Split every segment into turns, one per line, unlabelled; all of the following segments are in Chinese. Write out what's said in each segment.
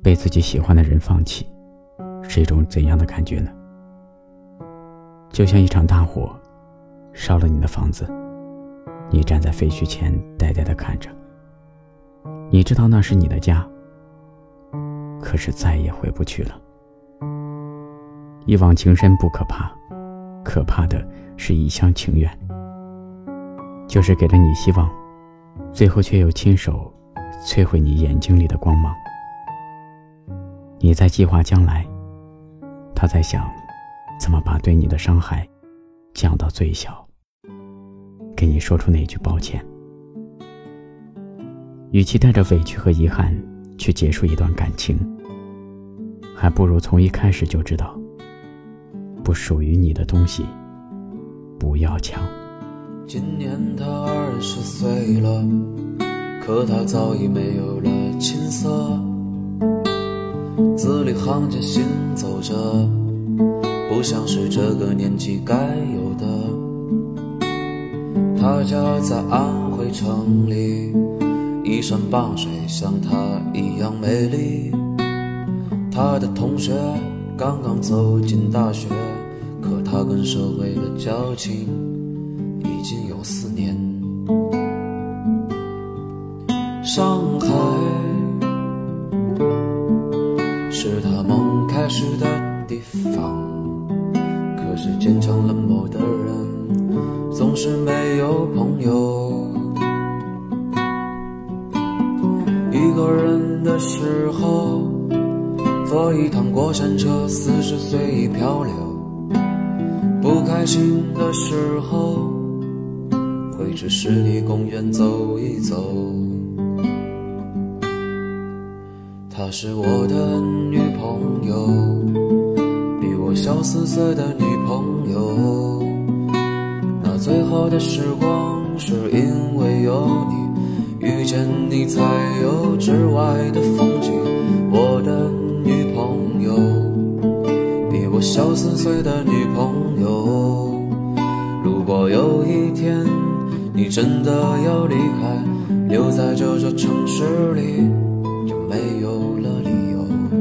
被自己喜欢的人放弃，是一种怎样的感觉呢？就像一场大火，烧了你的房子，你站在废墟前呆呆地看着。你知道那是你的家，可是再也回不去了。一往情深不可怕，可怕的是一厢情愿。就是给了你希望，最后却又亲手摧毁你眼睛里的光芒。你在计划将来，他在想怎么把对你的伤害降到最小，给你说出那句抱歉。与其带着委屈和遗憾去结束一段感情，还不如从一开始就知道，不属于你的东西不要抢。
今年他20岁了，可他早已没有了青涩，字里行间行走着，不像是这个年纪该有的。他家在安徽城里，依山傍水，像他一样美丽。他的同学刚刚走进大学，可他跟社会的交情已经有4年。上海是他梦开始的地方，可是坚强冷漠的人总是没有朋友。一个人的时候，坐一趟过山车，40岁已漂流。不开心的时候，会去湿地公园走一走。她是我的女朋友，比我小4岁的女朋友。那最后的时光，是因为有你，遇见你才有之外的风景。我的女朋友，比我小4岁的女朋友。如果有一天你真的要离开，留在这座城市里，就没有了理由。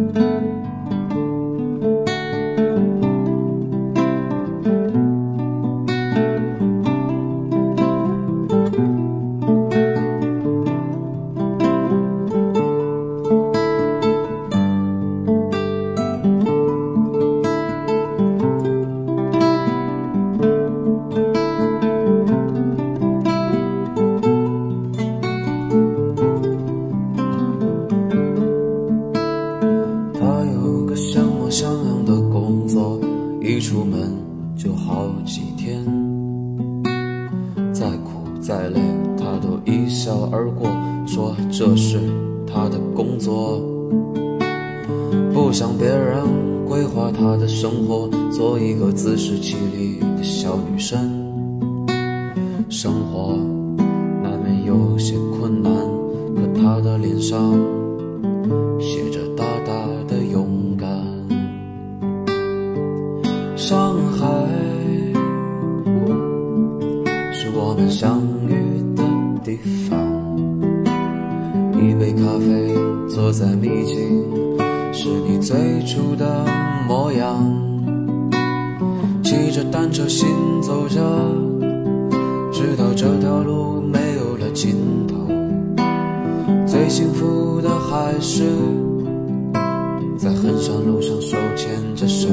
像样的工作，一出门就好几天，再苦再累他都一笑而过，说这是他的工作。不想别人规划他的生活，做一个自食其力的小女生。生活难免有些困难，可他的脸上写着大大的勇敢。上海是我们相遇的地方，一杯咖啡，坐在秘境，是你最初的模样。骑着单车行走着，直到这条路没有了尽头。最幸福的还是在衡山路上手牵着手。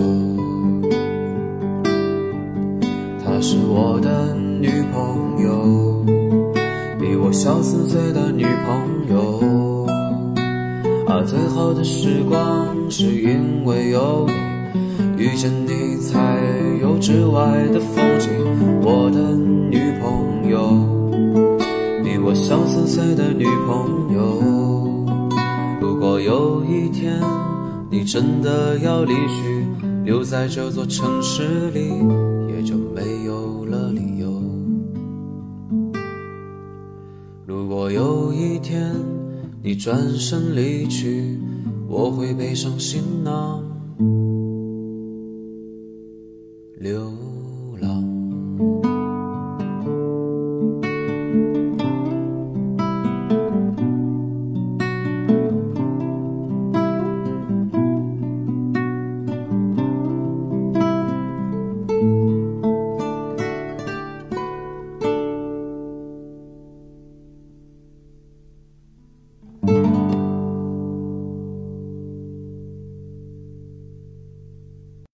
她是我的女朋友，比我小4岁的女朋友。而最后的时光，是因为有你，遇见你才有之外的风景。我的女朋友，比我小4岁的女朋友。如果有一天你真的要离去，留在这座城市里，也就没有了理由。如果有一天你转身离去，我会背上行囊流